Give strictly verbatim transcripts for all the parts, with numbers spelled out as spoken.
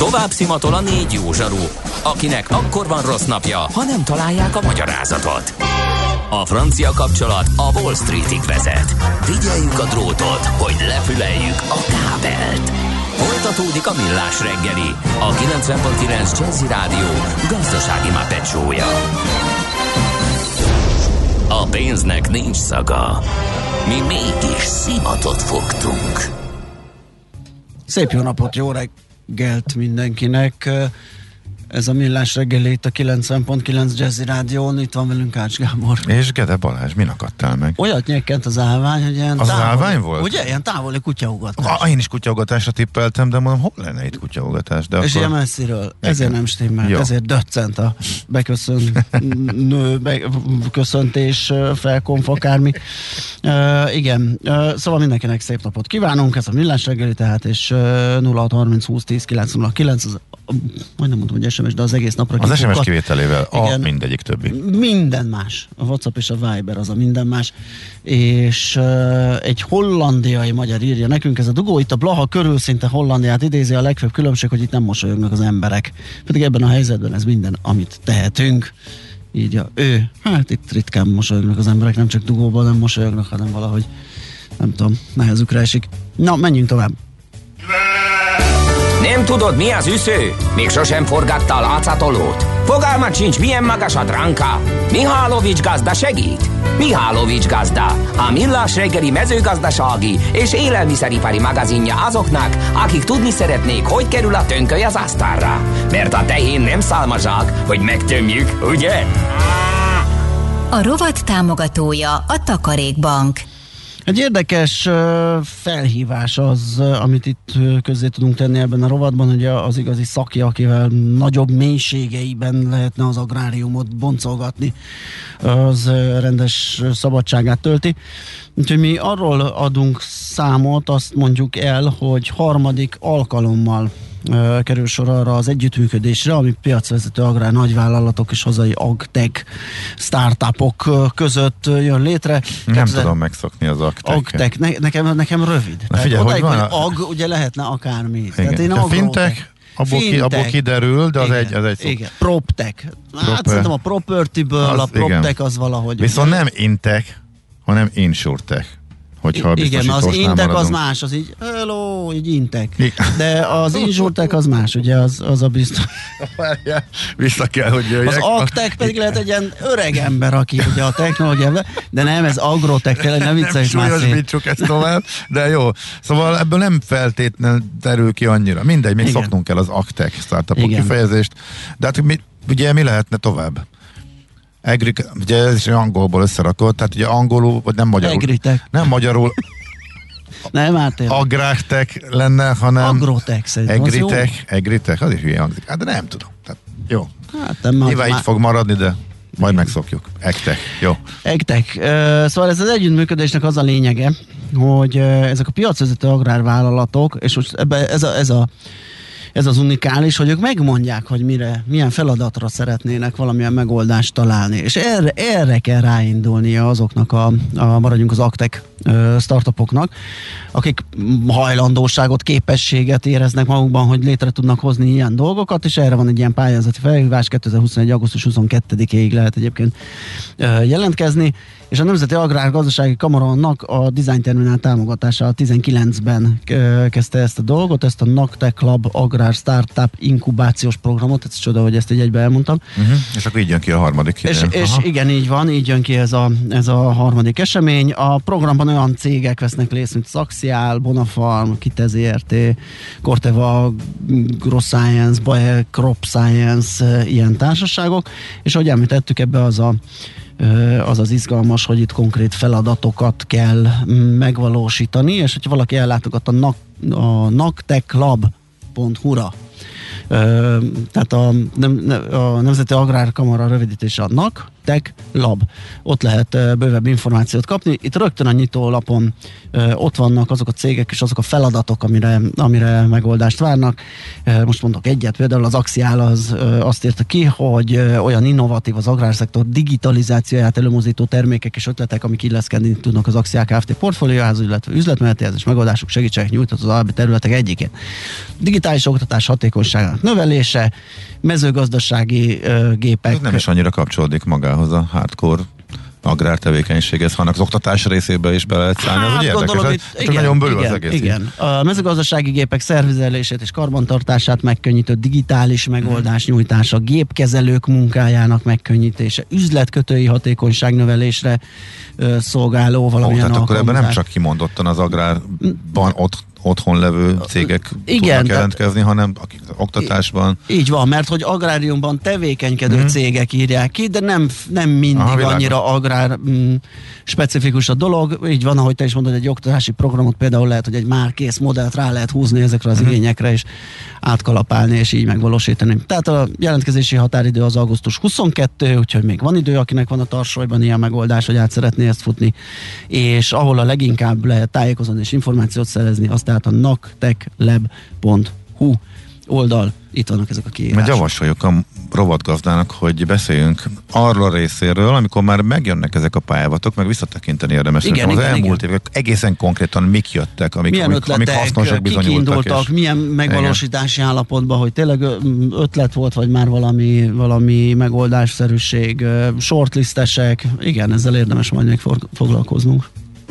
Tovább szimatol a négy jó zsaru, akinek akkor van rossz napja, ha nem találják a magyarázatot. A francia kapcsolat a Wall Streetig vezet. Figyeljük a drótot, hogy lefüleljük a kábelt. Folytatódik a Millás reggeli, a kilencven pont kilenc Jazzy Rádió gazdasági mápecsója. A pénznek nincs szaga, mi mégis szimatot fogtunk. Szép jó napot, jó reggelt mindenkinek! Ez a Millás reggeli itt a kilencven pont kilenc Jazzy Rádión, itt van velünk Ács Gábor. És Gede Balázs, min akadtál meg? Olyat nyekkent az állvány, hogy ilyen az távoli, állvány volt? Ugye? Ilyen távoli kutyaugatás. Ah, én is kutyaugatásra tippeltem, de mondom, hol lenne itt kutyaugatás? De és akkor... ilyen messziről. Ezért nem stimmel, jó. Ezért döccent a beköszöntő, beköszöntés, felkonf, akármi. Uh, igen, uh, szóval mindenkinek szép napot kívánunk, ez a Millás reggeli tehát, és uh, nulla hat harminc húsz tíz kilenc nulla kilenc, az, uh, majdnem mondtam, hogy es em es, de az egész napra az kifogad. es em es kivételével, igen, a mindegyik többi. Minden más. A WhatsApp és a Viber az a minden más. És uh, egy hollandiai magyar írja nekünk, ez a dugó itt a Blaha körül szinte Hollandiát idézi, a legfőbb különbség, hogy itt nem mosolyognak az emberek. Pedig ebben a helyzetben ez minden, amit tehetünk. Írja ő. Hát itt ritkán mosolyognak az emberek, nem csak dugóban nem mosolyognak, hanem valahogy, nem tudom, nehezükre esik. Na, menjünk tovább. Nem tudod, mi az üsző? Még sosem forgatta a látszatolót? Fogalmat sincs, milyen magas a dránka? Mihálovics gazda segít? Mihálovics gazda, a Millás reggeli mezőgazdasági és élelmiszeripari magazinja azoknak, akik tudni szeretnék, hogy kerül a tönköly az asztalra. Mert a tehén nem szálmazsák, hogy megtömjük, ugye? A rovat támogatója a Takarékbank. Egy érdekes uh, felhívás az, uh, amit itt uh, közzé tudunk tenni ebben a rovatban, hogy az igazi szaki, akivel nagyobb mélységeiben lehetne az agráriumot boncolgatni, az uh, rendes szabadságát tölti. Úgyhogy mi arról adunk számot, azt mondjuk el, hogy harmadik alkalommal uh, kerül sor arra az együttműködésre, ami piacvezető agrár nagyvállalatok és hazai agtech startupok uh, között uh, jön létre. Nem Képzel... tudom megszokni az agtech. Agtech, ne, nekem, nekem rövid. Na figyelj, hogy van a... ag, ugye lehetne akármi. Igen. Tehát én a fintech, abból, ki, abból kiderül, de az igen, egy, az egy szó. Igen, proptech. Hát Prop- szerintem a propertyből az, a proptech az valahogy. Viszont nem intech, hanem insurtech. Hogyha igen, az intech maradunk. az más, az így, hello, így intech. De az insurtech az más, ugye, az, az a biztos. Vissza kell, hogy jöjjek. Az agtech pedig lehet egy ilyen öreg ember, aki ugye a technológiában, de nem, ez agrotech, tényleg nem viccelj már szét. Nem súlyosbítsuk ezt tovább, de jó. Szóval ebből nem feltétlenül terül ki annyira. Mindegy, még igen. szoknunk kell az agtech startupok kifejezést. De hát mi, ugye mi lehetne tovább? Egri, ugye ez is angolból összerakott, tehát ugye angolul, vagy nem magyarul. Egritek. Nem magyarul. Nem, hát tényleg. Agrártech lenne, hanem agrotech szerintem. Egritech, egritech, az is hülye hangzik. Hát de nem tudom. Tehát, jó. Hát nem. Nyilván így fog maradni, de majd megszokjuk. Egtech, jó. Egtech. Uh, szóval ez az együttműködésnek az a lényege, hogy uh, ezek a piacvezető agrárvállalatok, és most ebbe ez a, ez a Ez az unikális, hogy ők megmondják, hogy mire, milyen feladatra szeretnének valamilyen megoldást találni. És erre, erre kell ráindulnia azoknak a, a maradjunk az agtech uh, startupoknak, akik hajlandóságot, képességet éreznek magukban, hogy létre tudnak hozni ilyen dolgokat, és erre van egy ilyen pályázati felhívás, kétezer-huszonegy. augusztus huszonkettedikéig lehet egyébként uh, jelentkezni, és a Nemzeti Agrárgazdasági Kamarának a Design Terminál támogatása a tizenkilencben kezdte ezt a dolgot, ezt a NagTech Lab Agrár Startup inkubációs programot, ez csoda, hogy ezt így egybe elmondtam. Uh-huh. És akkor így jön ki a harmadik. És, és igen, így van, így jön ki ez a, ez a harmadik esemény. A programban olyan cégek vesznek részt, mint Saxial, Bonafarm, Kite zé er té, Corteva, AgroScience, Bayer Crop Science, ilyen társaságok, és ahogy említettük, ebbe az a az az izgalmas, hogy itt konkrét feladatokat kell megvalósítani, és hogyha valaki ellátogat a, N- a nagtechlab pont hu-ra, tehát a, nem, a Nemzeti Agrárkamara rövidítése a NAK, Tech Lab. Ott lehet uh, bővebb információt kapni. Itt rögtön a nyitólapon uh, ott vannak azok a cégek és azok a feladatok, amire, amire megoldást várnak. Uh, most mondok egyet, például az Axiál az uh, azt írta ki, hogy uh, olyan innovatív az agrárszektor digitalizációját előmozdító termékek és ötletek, amik illeszkedni tudnak az Axiál Kft. Portfóliójához, illetve üzletmenetéhez és megoldások segítségek nyújtott az alábbi területek egyikén. Digitális oktatás hatékonyságának növelése, mezőgazdasági uh, gépek. Ez nem is annyira kapcsolódik magához a hardcore agrártevékenységhez, hanem az oktatás részébe is bele lehet szállni. Hát, az gondolom, érdekes, itt, igen, nagyon bőül igen, az egész. Igen. A mezőgazdasági gépek szervizelését és karbantartását megkönnyítő digitális megoldás nyújtása, gépkezelők munkájának megkönnyítése, üzletkötői hatékonyság növelésre ö, szolgáló valamilyen Ó, tehát akkor ebben nem csak kimondottan az agrárban ott otthon levő cégek igen, tudnak jelentkezni, hanem akik az oktatásban. Így van, mert hogy agráriumban tevékenykedő mm. cégek írják ki, de nem, nem mindig Aha, annyira agrár mm, specifikus a dolog. Így van, ahogy te is mondod, egy oktatási programot például lehet, hogy egy már kész modellt rá lehet húzni ezekre az mm. igényekre, és átkalapálni, és így megvalósítani. Tehát a jelentkezési határidő az augusztus huszonkettő, úgyhogy még van idő, akinek van a tarsolyban ilyen megoldás, hogy át szeretné ezt futni, és ahol a leginkább lehet tájékozódni és információt szerezni, azt tehát a naktechlab pont hu oldal, itt vannak ezek a kiírások. Mert javasoljuk a rovatgazdának, hogy beszéljünk arról a részéről, amikor már megjönnek ezek a pályázatok, meg visszatekinteni érdemes. Igen, igen, az elmúlt igen. évek egészen konkrétan mik jöttek, amik, milyen amik, ötletek, amik hasznosak bizonyultak. indultak, és milyen megvalósítási igen. állapotban, hogy tényleg ötlet volt, vagy már valami, valami megoldásszerűség, shortlistesek. Igen, ezzel érdemes majd még foglalkoznunk.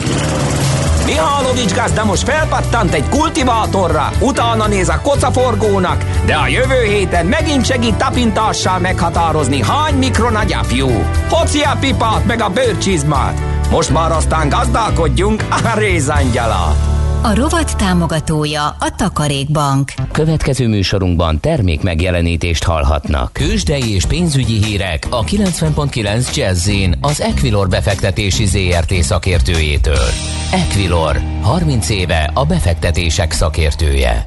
Mihálovics gazda most felpattant egy kultivátorra, utána néz a kocaforgónak, de a jövő héten megint segít tapintással meghatározni, hány mikron a gyapjú. Hoci a pipát meg a bőrcsizmát. Most már aztán gazdálkodjunk a rézangyala. A rovat támogatója a Takarékbank. Következő műsorunkban termék megjelenítést hallhatnak. Kősdei és pénzügyi hírek a kilencven pont kilenc Jazz-in az Equilor befektetési zé er té szakértőjétől. Equilor, harminc éve a befektetések szakértője.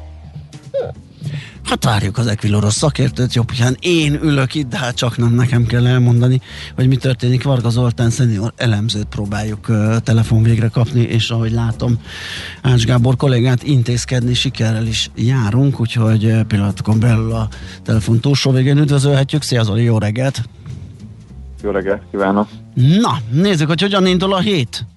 Hát várjuk az Equiloros szakértőt, jobb, hogy én ülök itt, de hát csak nem nekem kell elmondani, hogy mi történik. Varga Zoltán szenior elemzőt próbáljuk uh, telefon végre kapni, és ahogy látom, Ács Gábor kollégát intézkedni sikerrel is járunk, úgyhogy uh, pillanatokon belül a telefon túlsó végén üdvözölhetjük. Szia Zoli, jó reggelt! Jó reggelt kívánok! Na, nézzük, hogy hogyan indul a hét.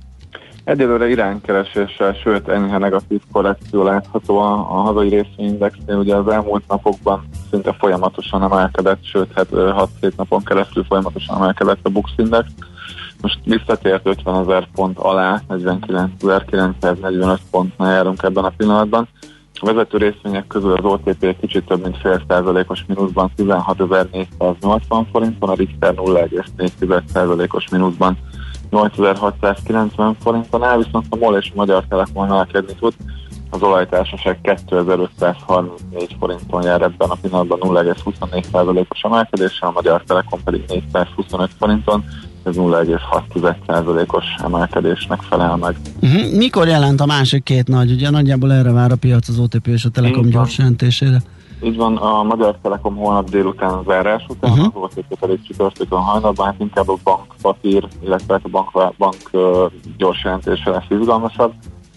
Egyelőre iránykereséssel, sőt enyhe negatív korrekció látható a, a hazai részvényindexnél. Ugye az elmúlt napokban szinte folyamatosan emelkedett, sőt hát hat-hét napon keresztül folyamatosan emelkedett a Bux Index. Most visszatért ötvenezer pont alá, negyvenkilencezer-kilencszáznegyvenöt pontnál járunk ebben a pillanatban. A vezető részvények közül az o té pé egy kicsit több mint fél százalékos mínuszban tizenhatezer-négyszáznyolcvan forinton, a Richter nulla egész négy százalékos mínuszban nyolcezer-hatszázkilencven forintonál, viszont a MOL és a Magyar Telekom emelkedni tud. Az olajtársaság kétezer-ötszázharmincnégy forinton jár ebben a pillanatban nulla egész huszonnégy százalékos emelkedéssel, a Magyar Telekom pedig négyszázhuszonöt forinton, ez nulla egész hat százalékos emelkedésnek felel meg. Uh-huh. Mikor jelent a másik két nagy? Ugye nagyjából erre vár a piac az o té pé és a Telekom gyors jelentésére. Így van, a Magyar Telekom holnap délután zárás után, uh-huh. az o té pé pedig csütörtökön hajnalban, hát inkább a bankpapír, illetve a bank, bank uh, gyors jelentése lesz izgalmasabb.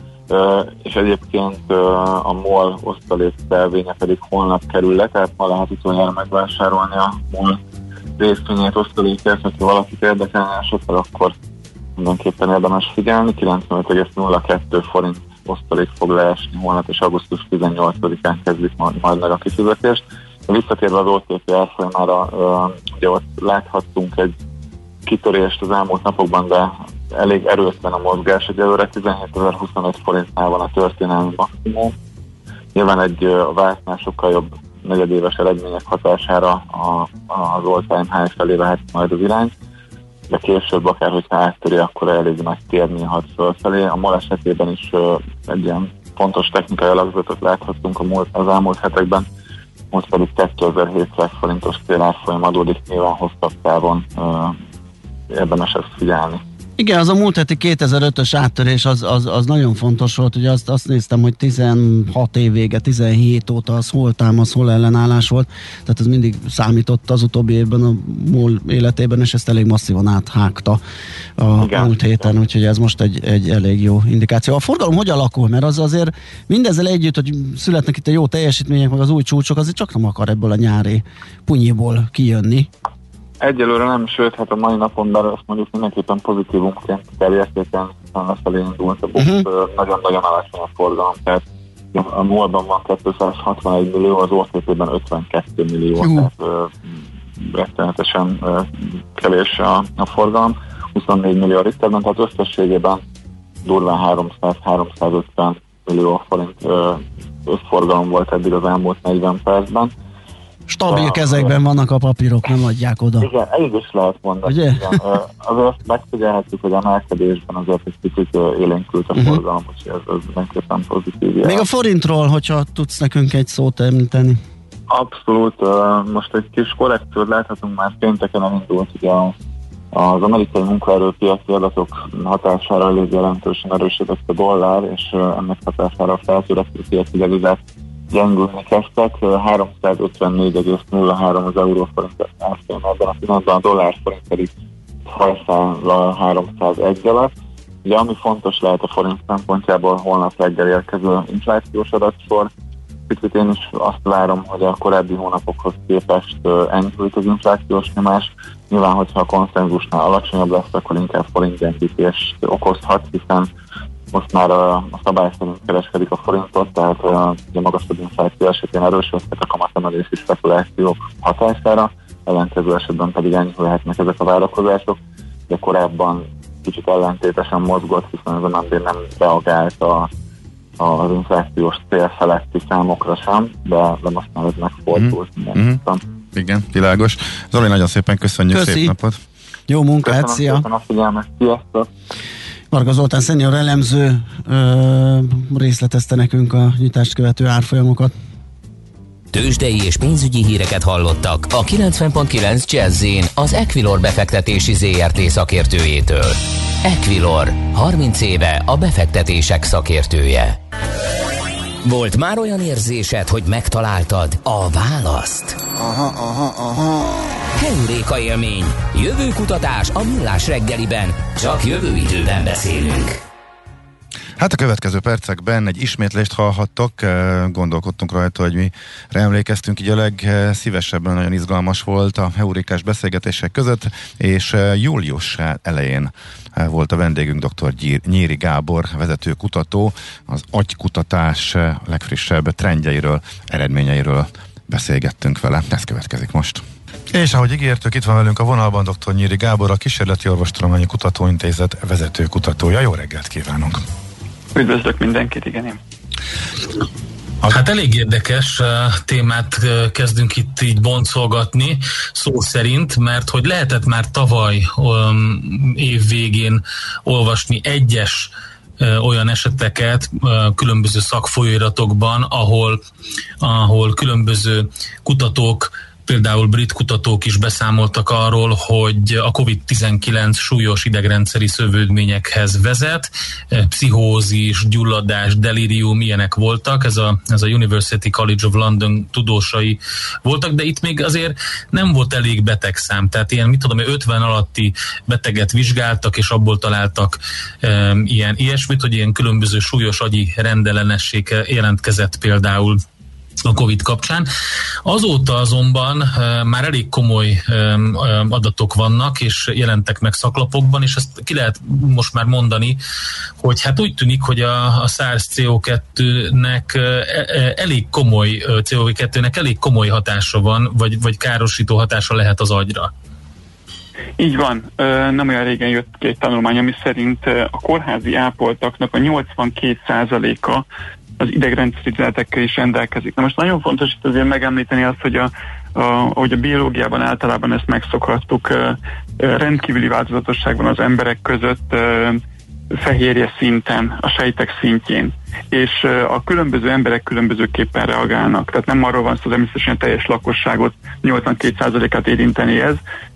Uh, és egyébként uh, a MOL osztalék felvénye pedig holnap kerül le, tehát ma lehet utoljára megvásárolni a MOL részvényét, osztalékért, hogyha valakit érdekelne esetleg, akkor mindenképpen érdemes figyelni. kilencvenöt egész nulla kettő forint osztalék fog leesni holnap, és augusztus tizennyolcadikán kezdik majd, majd meg a kifizetést. Visszatérve az o té pé árfolyamára, uh, ugye ott láthattunk egy kitörést az elmúlt napokban, de elég erőtlen a mozgás, egyelőre tizenhétezer-huszonöt forintnál van a történelmi maximum. Nyilván egy a vártnál sokkal jobb negyedéves eredmények hatására a, az all-time high felé vehet majd az irány, de később akár, hogyha áttöri, akkor elég nagy térni hat fölfelé. A MOL esetében is uh, egy ilyen fontos technikai alakzatot láthattunk a múlt, az elmúlt hetekben, most pedig kétezer-hétszáz forintos célárfolyam adódik, nyilván hosszabb távon uh, érdemes ezt figyelni. Igen, az a múlt heti kétezer-ötös áttörés az, az, az nagyon fontos volt, ugye azt, azt néztem, hogy tizenhat év vége, tizenhét óta az hol támasz, hol ellenállás volt, tehát ez mindig számított az utóbbi évben a MOL életében, és ezt elég masszívan áthágta a Igen. múlt héten, úgyhogy ez most egy, egy elég jó indikáció. A forgalom hogy alakul? Mert az azért mindezzel együtt, hogy születnek itt a jó teljesítmények, meg az új csúcsok, azért csak nem akar ebből a nyári punyiból kijönni. Egyelőre nem, sőt, hát a mai napon belül azt mondjuk mindenképpen pozitívumként kell értékelni, hiszen lefelé indult a busz, uh-huh. nagyon-nagyon alacsony a forgalom, tehát a MOL-ban van kétszázhatvanegy millió, az o té pé-ben ötvenkettő millió, uh-huh. tehát ö, rettenetesen ö, kevés a, a forgalom, huszonnégy millió a Richterben, tehát összességében durván háromszáz-háromszázötven millió forint ö, összforgalom volt eddig az elmúlt negyven percben. Stabil a, kezekben vannak a papírok, nem adják oda. Igen, így is lehet mondani. Igen. Azért megfigyelhetjük, hogy emelkedésben azért egy kicsit élénkült a uh-huh. forgalom, úgyhogy ez, ez mindenképpen pozitív. Még a forintról, hogyha tudsz nekünk egy szót említeni. Abszolút. Most egy kis korrekciót láthatunk, már pénteken elindult ugye az amerikai munkaerőpiaci adatok hatására elég jelentősen erősödött a dollár, és ennek hatására a feltörekvő piaci devizák gyengülni kezdtek, háromszázötvennégy egész nulla három az euróforint árfolyam ebben a pillanatban, a dollárforint pedig hajszállal háromszázegy alatt. Ugye ami fontos lehet a forint szempontjából, holnap reggel érkező inflációs adatsor. Picit én is azt várom, hogy a korábbi hónapokhoz képest enyhült az inflációs nyomás. Nyilván, hogyha a konszenzusnál alacsonyabb lesz, akkor inkább forintgyengítést okozhat, hiszen most már a, a szabály szerint kereskedik a forintot, tehát a, a magasabb infláció esetén erősödtek a kamatemelési spekulációk hatására, ellenkező esetben pedig enyhülhetnek ezek a várakozások, de korábban kicsit ellentétesen mozgott, hiszen ez a nem, nem reagált a, a, az inflációs cél feletti számokra sem, de, de most már ez megfordult. Mm-hmm. Igen, világos. Zoli, nagyon szépen köszönjük, Köszi. Szép napot! Jó munkát, szia! Köszönöm a figyelmet, sziasztok! Varga Zoltán szenior elemző ö, részletezte nekünk a nyitást követő árfolyamokat. Tőzsdei és pénzügyi híreket hallottak a kilencven pont kilenc Jazz-in az Equilor befektetési zé er té szakértőjétől. Equilor, harminc éve a befektetések szakértője. Volt már olyan érzésed, hogy megtaláltad a választ? Aha, aha, aha. Heuréka élmény, jövőkutatás a Millás reggeliben, csak jövő időben beszélünk. Hát a következő percekben egy ismétlést hallhattok, gondolkodtunk rajta, hogy mi emlékeztünk, így a legszívesebben nagyon izgalmas volt a heurékás beszélgetések között, és július elején volt a vendégünk dr. Nyíri Gábor, vezető kutató, az agykutatás legfrissebb trendjeiről, eredményeiről beszélgettünk vele. Ez következik most. És ahogy ígértük, itt van velünk a vonalban dr. Nyíri Gábor, a Kísérleti Orvostudományi Kutatóintézet vezető kutatója. Jó reggelt kívánunk! Üdvözlök mindenkit, igen én. Hát elég érdekes témát kezdünk itt így boncolgatni, szó szerint, mert hogy lehetett már tavaly um, év végén olvasni egyes uh, olyan eseteket uh, különböző szakfolyóiratokban, ahol, ahol különböző kutatók, például brit kutatók is beszámoltak arról, hogy a kovid tizenkilenc súlyos idegrendszeri szövődményekhez vezet, pszichózis, gyulladás, delírium, ilyenek voltak, ez a, ez a University College of London tudósai voltak, de itt még azért nem volt elég betegszám, tehát ilyen, mit tudom, ötven alatti beteget vizsgáltak, és abból találtak e, ilyen ilyesmit, hogy ilyen különböző súlyos agyi rendellenesség jelentkezett például a Covid kapcsán. Azóta azonban e, már elég komoly e, adatok vannak, és jelentek meg szaklapokban, és ezt ki lehet most már mondani, hogy hát úgy tűnik, hogy a, a SARS-cé o kettőnek e, elég komoly, cé o vé kettőnek elég komoly hatása van, vagy, vagy károsító hatása lehet az agyra. Így van. Nem olyan régen jött ki egy tanulmány, ami szerint a kórházi ápoltaknak a nyolcvankét százaléka az idegrendszeri tünetekkel is rendelkezik. Na most nagyon fontos itt azért megemlíteni azt, hogy a, a, ahogy a biológiában általában ezt megszokhattuk, rendkívüli változatosság van az emberek között fehérje szinten, a sejtek szintjén. És a különböző emberek különbözőképpen reagálnak. Tehát nem arról van szó, hogy természetesen a teljes lakosságot nyolcvankét százalékát érinteni ez,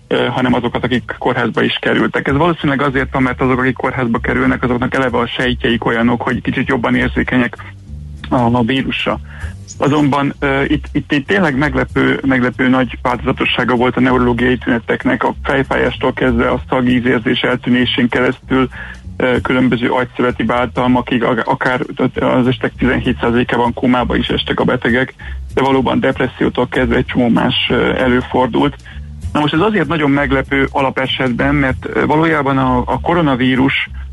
hanem azokat, akik kórházba is kerültek. Ez valószínűleg azért van, mert azok, akik kórházba kerülnek, azoknak eleve a sejtjeik olyanok, hogy kicsit jobban érzékenyek a, a vírusra. Azonban uh, itt, itt, itt tényleg meglepő, meglepő nagy változatossága volt a neurológiai tüneteknek, a fejfájástól kezdve a szagízérzés eltűnésén keresztül uh, különböző agyszöveti bántalmakig, akár az estek tizenhét százalékában kómába is estek a betegek, de valóban depressziótól kezdve egy csomó más uh, előfordult. Na most ez azért nagyon meglepő alapesetben, mert valójában a, a koronavírus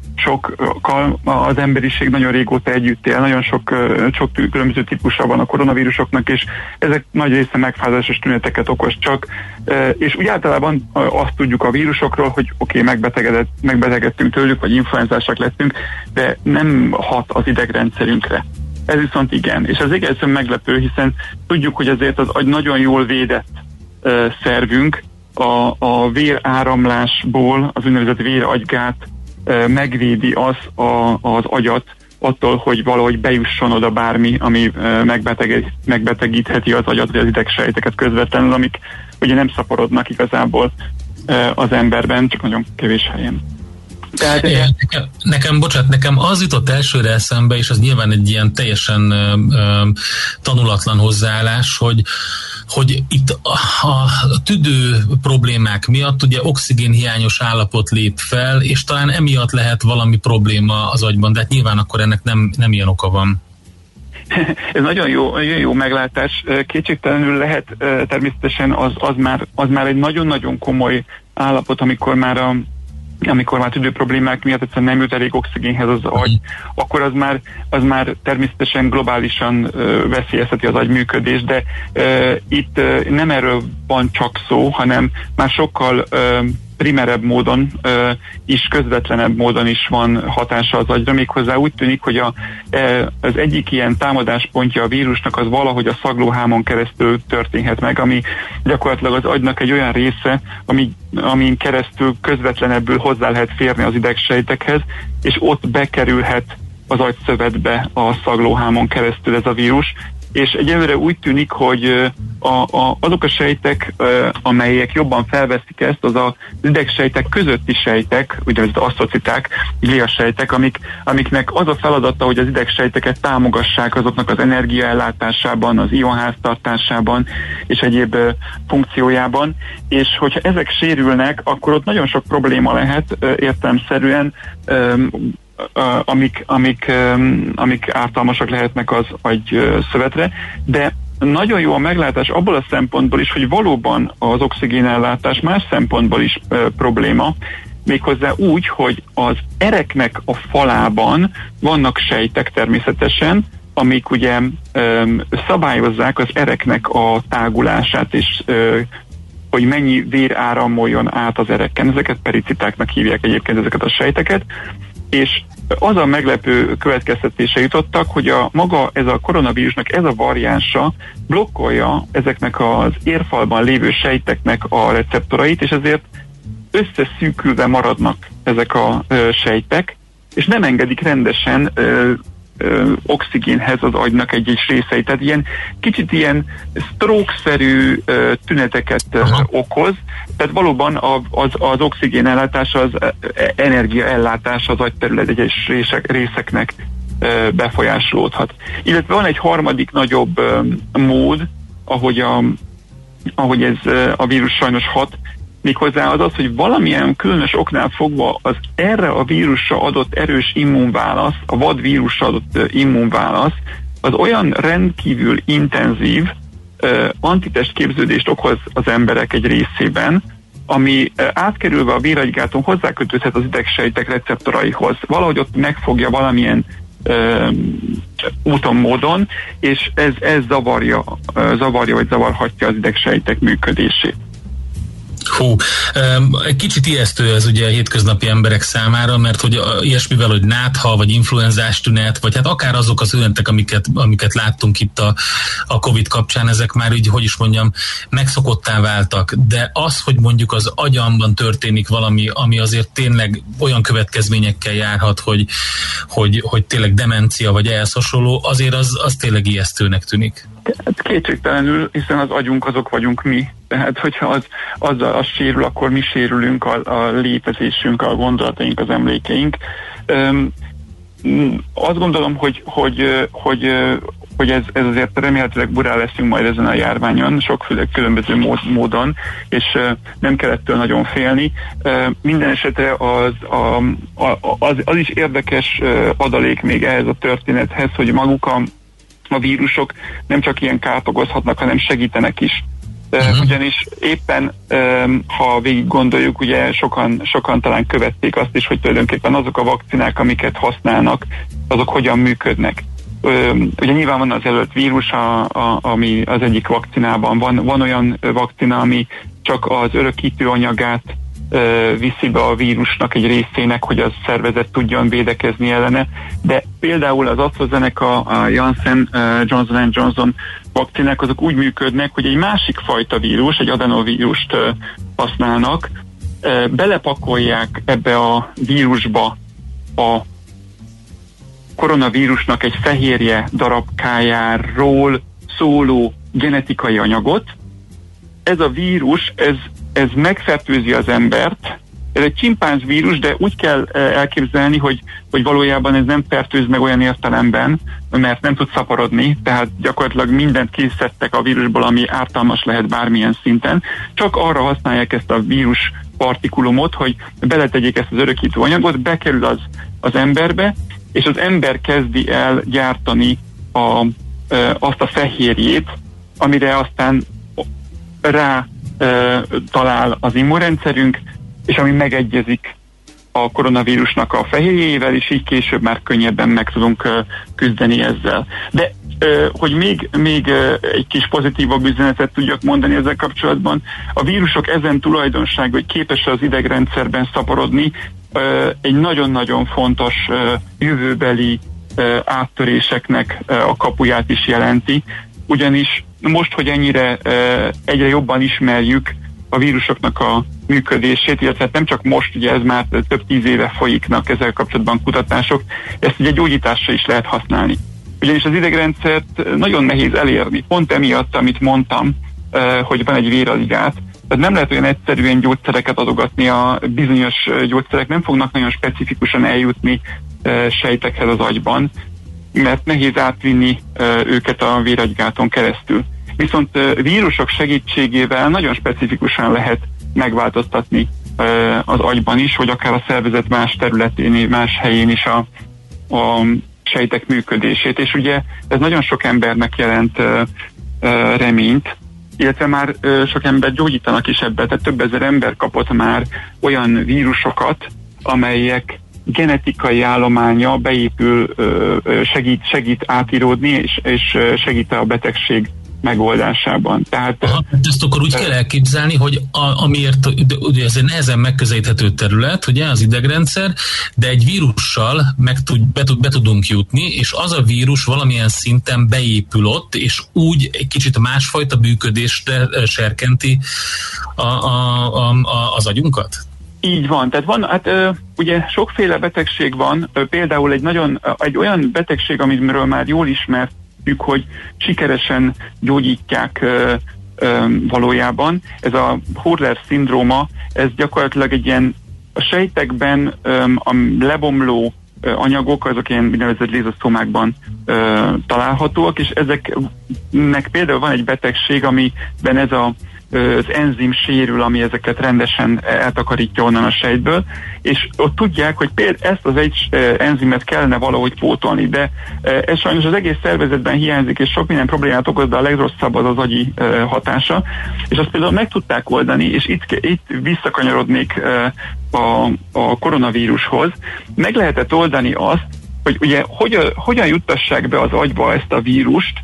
sokkal az emberiség nagyon régóta együtt él, nagyon sok, sok különböző típusa van a koronavírusoknak, és ezek nagy része megfázásos tüneteket okoz csak, és úgy általában azt tudjuk a vírusokról, hogy oké, okay, megbetegedett, megbetegedtünk tőlük, vagy influenzásak lettünk, de nem hat az idegrendszerünkre. Ez viszont igen, és ez egészen meglepő, hiszen tudjuk, hogy azért az agy nagyon jól védett szervünk, a, a véráramlásból, az úgynevezett véragygát megvédi az a, az agyat attól, hogy valahogy bejusson oda bármi, ami megbetegít, megbetegítheti az agyat, vagy az idegsejteket közvetlenül, amik ugye nem szaporodnak igazából az emberben, csak nagyon kevés helyen. Tehát, é, nekem, nekem, bocsánat, nekem az jutott elsőre eszembe, és az nyilván egy ilyen teljesen ö, ö, tanulatlan hozzáállás, hogy, hogy itt a, a tüdő problémák miatt ugye oxigénhiányos állapot lép fel, és talán emiatt lehet valami probléma az agyban, de hát nyilván akkor ennek nem, nem ilyen oka van. Ez nagyon jó, nagyon jó meglátás. Kétségtelenül lehet természetesen az, az, már, az már egy nagyon-nagyon komoly állapot, amikor már a amikor már tüdő problémák miatt egyszerűen nem jut elég oxigénhez az agy, akkor az már, az már természetesen globálisan uh, veszélyezteti az agy működést, de uh, itt uh, nem erről van csak szó, hanem már sokkal uh, primerebb módon uh, is, közvetlenebb módon is van hatása az agyra, méghozzá úgy tűnik, hogy a, uh, az egyik ilyen támadáspontja a vírusnak az valahogy a szaglóhámon keresztül történhet meg, ami gyakorlatilag az agynak egy olyan része, ami, amin keresztül közvetlenebbül hozzá lehet férni az idegsejtekhez, és ott bekerülhet az agyszövetbe a szaglóhámon keresztül ez a vírus, és egyelőre úgy tűnik, hogy a, a, azok a sejtek, amelyek jobban felveszik ezt, az az idegsejtek közötti sejtek, úgynevezett asztociták, gliasejtek, amik, amiknek az a feladata, hogy az idegsejteket támogassák azoknak az energiaellátásában, az ionháztartásában és egyéb funkciójában, és hogyha ezek sérülnek, akkor ott nagyon sok probléma lehet értelemszerűen, amik, amik, amik ártalmasak lehetnek az agy szövetre, de nagyon jó a meglátás abból a szempontból is, hogy valóban az oxigénellátás más szempontból is e, probléma, méghozzá úgy, hogy az ereknek a falában vannak sejtek természetesen, amik ugye e, szabályozzák az ereknek a tágulását, és e, hogy mennyi vér áramoljon át az ereken. Ezeket pericitáknak hívják egyébként ezeket a sejteket, és az a meglepő következtetése jutottak, hogy a maga ez a koronavírusnak ez a variánsa blokkolja ezeknek az érfalban lévő sejteknek a receptorait, és ezért összeszűkülve maradnak ezek a ö, sejtek, és nem engedik rendesen ö, ö, oxigénhez az agynak egy-egy részeit. Tehát ilyen kicsit ilyen stroke-szerű ö, tüneteket ö, okoz, tehát valóban az, az oxigénellátás, az energiaellátás az agyterület egyes részek, részeknek ö, befolyásolódhat. Illetve van egy harmadik nagyobb ö, mód, ahogy, a, ahogy ez ö, a vírus sajnos hat, méghozzá az az, hogy valamilyen különös oknál fogva az erre a vírusra adott erős immunválasz, a vad vírusra adott uh, immunválasz, az olyan rendkívül intenzív uh, antitestképződést okoz az emberek egy részében, ami uh, átkerülve a véragygáton hozzákötődhet az idegsejtek receptoraihoz. Valahogy ott megfogja valamilyen uh, úton, módon, és ez, ez zavarja, uh, zavarja vagy zavarhatja az idegsejtek működését. Hú, egy kicsit ijesztő ez ugye a hétköznapi emberek számára, mert hogy ilyesmivel, hogy nátha, vagy influenzás tünet, vagy hát akár azok az tünetek, amiket, amiket láttunk itt a, a Covid kapcsán, ezek már így, hogy is mondjam, megszokottá váltak, de az, hogy mondjuk az agyamban történik valami, ami azért tényleg olyan következményekkel járhat, hogy, hogy, hogy tényleg demencia, vagy ehhez hasonló, azért az, az tényleg ijesztőnek tűnik. Kétségtelenül, hiszen az agyunk azok vagyunk mi. Tehát, hogyha az, az, az sérül, akkor mi sérülünk, a, a létezésünk, a gondolataink, az emlékeink. Üm, azt gondolom, hogy, hogy, hogy, hogy ez, ez azért remélhetőleg burán leszünk majd ezen a járványon, sokféle különböző mód, módon, és nem kell ettől nagyon félni. Minden esetre az, a, az, az is érdekes adalék még ehhez a történethez, hogy maguk a a vírusok nem csak ilyen kárt okozhatnak, hanem segítenek is. Uh-huh. Ugyanis éppen, ha végig gondoljuk, ugye sokan, sokan talán követték azt is, hogy tulajdonképpen azok a vakcinák, amiket használnak, azok hogyan működnek. Ugye nyilván van az előtt vírus, a, a, ami az egyik vakcinában van. Van olyan vakcina, ami csak az örökítő anyagát viszi be a vírusnak egy részének, hogy az szervezet tudjon védekezni ellene, de például az AstraZeneca, a Janssen, Johnson and Johnson vakcinák azok úgy működnek, hogy egy másik fajta vírus, egy adenovírust használnak, belepakolják ebbe a vírusba a koronavírusnak egy fehérje darabkájáról szóló genetikai anyagot. Ez a vírus, ez ez megfertőzi az embert. Ez egy csimpánz vírus, de úgy kell elképzelni, hogy, hogy valójában ez nem fertőz meg olyan értelemben, mert nem tud szaporodni, tehát gyakorlatilag mindent készítettek a vírusból, ami ártalmas lehet bármilyen szinten. Csak arra használják ezt a vírus partikulumot, hogy beletegyék ezt az örökítő anyagot, bekerül az, az emberbe, és az ember kezdi el gyártani a, azt a fehérjét, amire aztán rá talál az immunrendszerünk, és ami megegyezik a koronavírusnak a fehérjével, és így később már könnyebben meg tudunk küzdeni ezzel. De hogy még, még egy kis pozitívabb üzenetet tudjak mondani ezzel kapcsolatban, a vírusok ezen tulajdonság, hogy képes az idegrendszerben szaporodni, egy nagyon-nagyon fontos jövőbeli áttöréseknek a kapuját is jelenti, ugyanis most, hogy ennyire egyre jobban ismerjük a vírusoknak a működését, illetve nem csak most, ugye ez már több tíz éve folyiknak ezzel kapcsolatban kutatások, ezt ugye gyógyításra is lehet használni. Ugyanis az idegrendszert nagyon nehéz elérni, pont emiatt, amit mondtam, hogy van egy véraligát, tehát nem lehet olyan egyszerűen gyógyszereket adogatni, a bizonyos gyógyszerek nem fognak nagyon specifikusan eljutni sejtekhez az agyban, mert nehéz átvinni őket a véragygáton keresztül. Viszont vírusok segítségével nagyon specifikusan lehet megváltoztatni az agyban is, vagy akár a szervezet más területén, más helyén is a, a sejtek működését. És ugye ez nagyon sok embernek jelent reményt, illetve már sok ember gyógyítanak is ebbe, tehát több ezer ember kapott már olyan vírusokat, amelyek genetikai állománya beépül, segít, segít átíródni, és, és segít a betegség megoldásában. Tehát, Aha, ezt akkor úgy kell elképzelni, hogy a, amiért ugye ez egy nehezen megközelíthető terület, ugye az idegrendszer, de egy vírussal meg tud, be, tud, be tudunk jutni, és az a vírus valamilyen szinten beépül ott, és úgy egy kicsit másfajta működést serkenti a, a, a, a, az agyunkat? Így van, tehát van, hát ugye sokféle betegség van, például egy nagyon, egy olyan betegség, amiről már jól ismertük, hogy sikeresen gyógyítják ö, ö, valójában. Ez a Hurler-szindróma, ez gyakorlatilag egy ilyen a sejtekben ö, a lebomló ö, anyagok, azok ilyen úgynevezett lézerszómákban ö, találhatóak, és ezeknek például van egy betegség, amiben ez a az enzim sérül, ami ezeket rendesen eltakarítja onnan a sejtből, és ott tudják, hogy például ezt az egy enzimet kellene valahogy pótolni, de ez sajnos az egész szervezetben hiányzik, és sok minden problémát okoz, de a legrosszabb az az agyi hatása, és azt például meg tudták oldani, és itt, itt visszakanyarodnék a, a koronavírushoz. Meg lehetett oldani azt, hogy ugye hogyan, hogyan juttassák be az agyba ezt a vírust,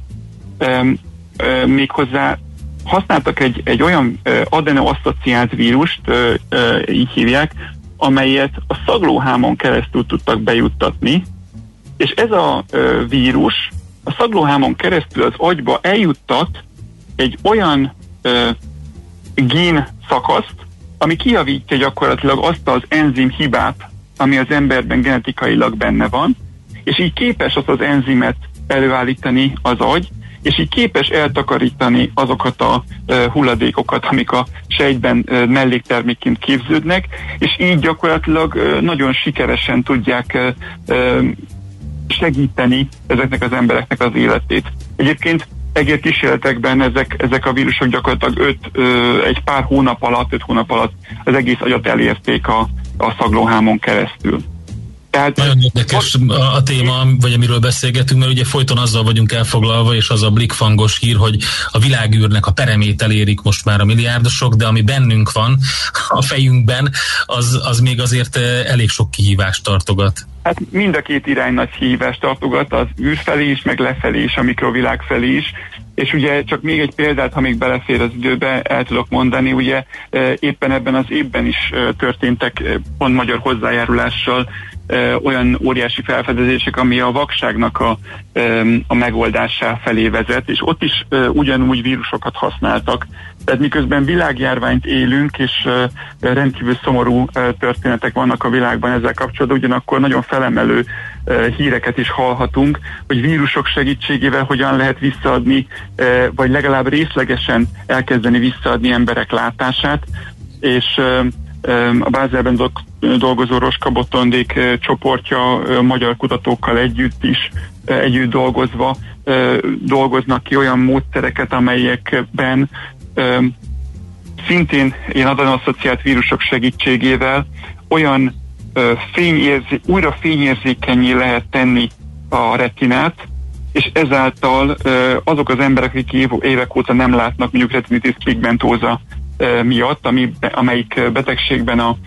méghozzá használtak egy, egy olyan uh, adenoasszociált vírust, uh, uh, így hívják, amelyet a szaglóhámon keresztül tudtak bejuttatni, és ez a uh, vírus a szaglóhámon keresztül az agyba eljuttat egy olyan uh, gén szakaszt, ami kijavítja gyakorlatilag azt az enzim hibát, ami az emberben genetikailag benne van, és így képes azt az enzimet előállítani az agy, és így képes eltakarítani azokat a hulladékokat, amik a sejtben melléktermékként képződnek, és így gyakorlatilag nagyon sikeresen tudják segíteni ezeknek az embereknek az életét. Egyébként egérkísérletekben ezek, ezek a vírusok gyakorlatilag öt, ö, egy pár hónap alatt, öt hónap alatt az egész agyat elérték a, a szaglóhámon keresztül. Tehát nagyon érdekes a, a téma, vagy amiről beszélgetünk, mert ugye folyton azzal vagyunk elfoglalva, és az a blikfangos hír, hogy a világűrnek a peremét elérik most már a milliárdosok, de ami bennünk van a fejünkben, az, az még azért elég sok kihívást tartogat. Hát mind a két irány nagy kihívást tartogat, az űr felé is, meg lefelé is, a mikrovilág felé is. És ugye csak még egy példát, ha még belefér az időbe, el tudok mondani, ugye éppen ebben az évben is történtek pont magyar hozzájárulással olyan óriási felfedezések, ami a vakságnak a, a megoldásá felé vezet, és ott is ugyanúgy vírusokat használtak. Tehát miközben világjárványt élünk, és rendkívül szomorú történetek vannak a világban ezzel kapcsolatban, ugyanakkor nagyon felemelő híreket is hallhatunk, hogy vírusok segítségével hogyan lehet visszaadni, vagy legalább részlegesen elkezdeni visszaadni emberek látását, és a Bázelben dolgozó Roska Botondék csoportja magyar kutatókkal együtt is együtt dolgozva dolgoznak ki olyan módszereket, amelyekben szintén ilyen adenoasszociált vírusok segítségével olyan fényérzé, újra fényérzékennyé lehet tenni a retinát, és ezáltal azok az emberek, akik évek óta nem látnak, mondjuk retinitis pigmentosa miatt, ami, amelyik betegségben a,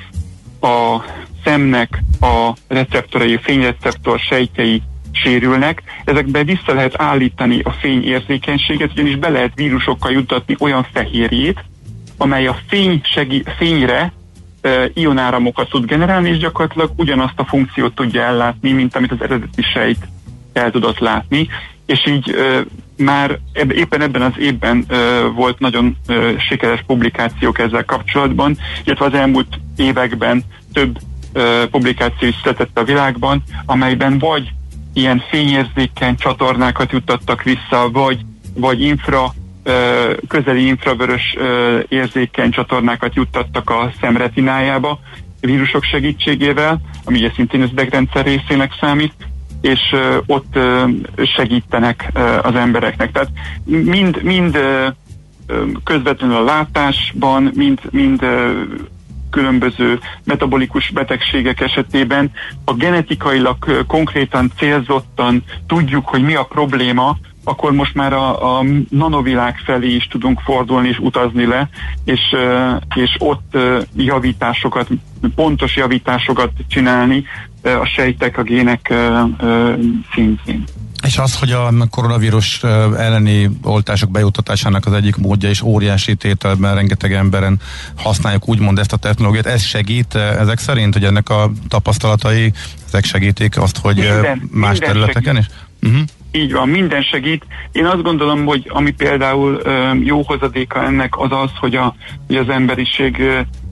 a szemnek a receptorai, fényreceptor sejtjei sérülnek, ezekben vissza lehet állítani a fényérzékenységet, ugyanis be lehet vírusokkal juttatni olyan fehérjét, amely a fény segí, fényre e, ionáramokat tud generálni, és gyakorlatilag ugyanazt a funkciót tudja ellátni, mint amit az eredeti sejt el tudott látni, és így e, már eb- éppen ebben az évben e, volt nagyon e, sikeres publikációk ezzel kapcsolatban, illetve az elmúlt években több e, publikáció is született a világban, amelyben vagy ilyen fényérzékeny csatornákat juttattak vissza, vagy, vagy infra, közeli infravörös érzékeny csatornákat juttattak a szem retinájába vírusok segítségével, ami ugye szintén az idegrendszer részének számít, és ott segítenek az embereknek. Tehát mind, mind közvetlenül a látásban, mind, mind különböző metabolikus betegségek esetében, ha genetikailag konkrétan, célzottan tudjuk, hogy mi a probléma, akkor most már a, a nanovilág felé is tudunk fordulni és utazni le, és, és ott javításokat, pontos javításokat csinálni a sejtek, a gének szintjén. És az, hogy a koronavírus elleni oltások bejuttatásának az egyik módja és óriási tételben rengeteg emberen használjuk úgymond ezt a technológiát, ez segít ezek szerint, hogy ennek a tapasztalatai, ezek segítik azt, hogy minden, más minden területeken segít. is? Uh-huh. Így van, minden segít. Én azt gondolom, hogy ami például jó hozadéka ennek az az, hogy, a, hogy az emberiség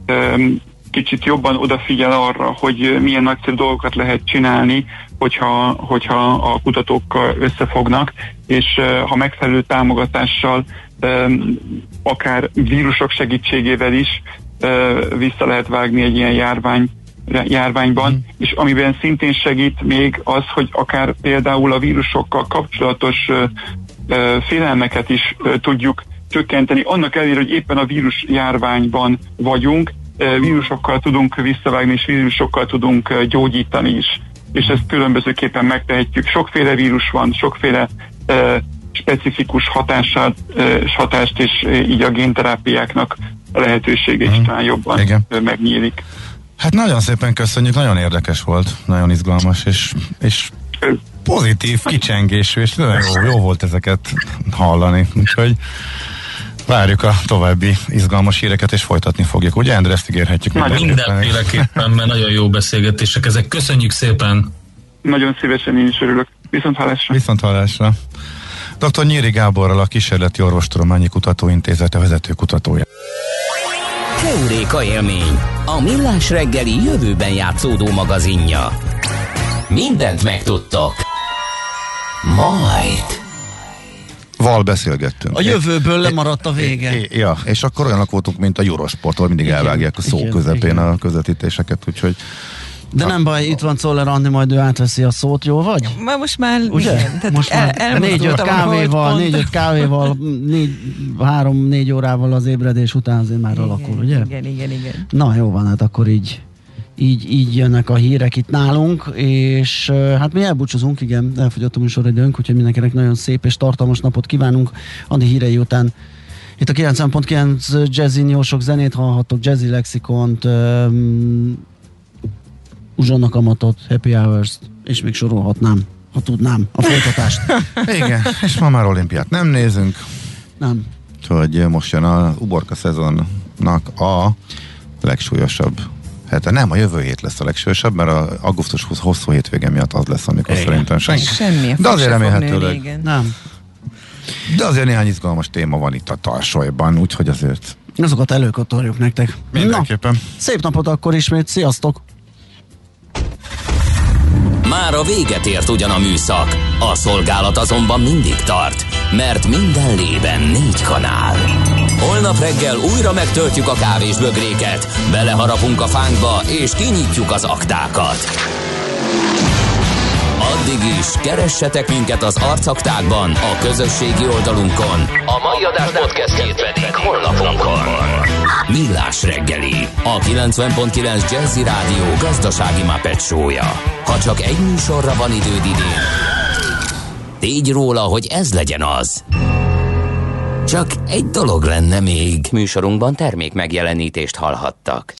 kicsit jobban odafigyel arra, hogy milyen nagyszerű dolgokat lehet csinálni, hogyha, hogyha a kutatókkal összefognak, és ha megfelelő támogatással, akár vírusok segítségével is vissza lehet vágni egy ilyen járvány, járványban, mm. és amiben szintén segít még az, hogy akár például a vírusokkal kapcsolatos félelmeket is tudjuk csökkenteni, annak ellenére, hogy éppen a vírus járványban vagyunk, vírusokkal tudunk visszavágni, és vírusokkal tudunk gyógyítani is. És ezt különbözőképpen megtehetjük. Sokféle vírus van, sokféle uh, specifikus hatását, uh, hatást, és uh, így a génterápiáknak a lehetősége is mm. talán jobban uh, megnyílik. Hát nagyon szépen köszönjük, nagyon érdekes volt, nagyon izgalmas, és, és pozitív, kicsengésű, és nagyon jó, jó volt ezeket hallani. Úgyhogy várjuk a további izgalmas híreket, és folytatni fogjuk. Ugye, Endre, ezt ígérhetjük? Mindenféleképpen, mert nagyon jó beszélgetések ezek. Köszönjük szépen! Nagyon szívesen, én is örülök. Viszont hallásra! Viszont hallásra! doktor Nyíri Gáborral, a Kísérleti Orvostudományi Kutatóintézete vezető kutatója. Heuréka élmény, a millás reggeli jövőben játszódó magazinja. Mindent megtudtok. Majd... Val beszélgettünk. A jövőből lemaradt a vége. É, é, ja, és akkor olyanok voltunk, mint a Eurosport, ahol mindig igen, elvágják a szó igen, közepén igen. a közvetítéseket, úgyhogy de nem baj, itt van Czoller Andi, majd ő átveszi a szót, jó vagy? Ma most már, ugye? Igen, most el, már négy-öt kávéval, négy-öt kávéval, négy, három-négy órával az ébredés után azért már igen, alakul, ugye? Igen, igen, igen. Na jó van, hát akkor így, így, így jönnek a hírek itt nálunk, és hát mi elbúcsúzunk, igen, elfogyott a műsoridőnk, úgyhogy mindenkinek nagyon szép és tartalmas napot kívánunk. Andi hírei után itt a kilencven pont kilenc Jazzin jó sok zenét hallhattok, Jazzy Lexikont, um, Uzsonna Kamatot, Happy Hours-t, és még sorolhatnám, ha tudnám, a folytatást. Igen, és ma már olimpiát nem nézünk. Nem. Úgyhogy most jön az uborka szezonnak a legsúlyosabb hete. Nem, a jövő hét lesz a legsúlyosabb, mert az augusztus hosszú hétvége miatt az lesz, amikor igen. szerintem senki. Semmi. De azért remélhetőleg. Nem. De azért néhány izgalmas téma van itt a Tarsolyban, úgyhogy azért azokat előkotorjuk nektek. Mindenképpen. Na, szép napot akkor ismét, sziasztok! Már a véget ért ugyan a műszak, a szolgálat azonban mindig tart, mert minden lében négy kanál. Holnap reggel újra megtöltjük a kávésbögréket, beleharapunk a fánkba és kinyitjuk az aktákat. Addig is keressetek minket az arcaktákban, a közösségi oldalunkon, a mai adás podcastjét pedig honlapunkon. Millás reggeli, a kilencven pont kilenc Jazzy Rádió gazdasági Muppet show-ja. Ha csak egy műsorra van időd idén, tégy róla, hogy ez legyen az. Csak egy dolog lenne még. Műsorunkban termék megjelenítést hallhattak.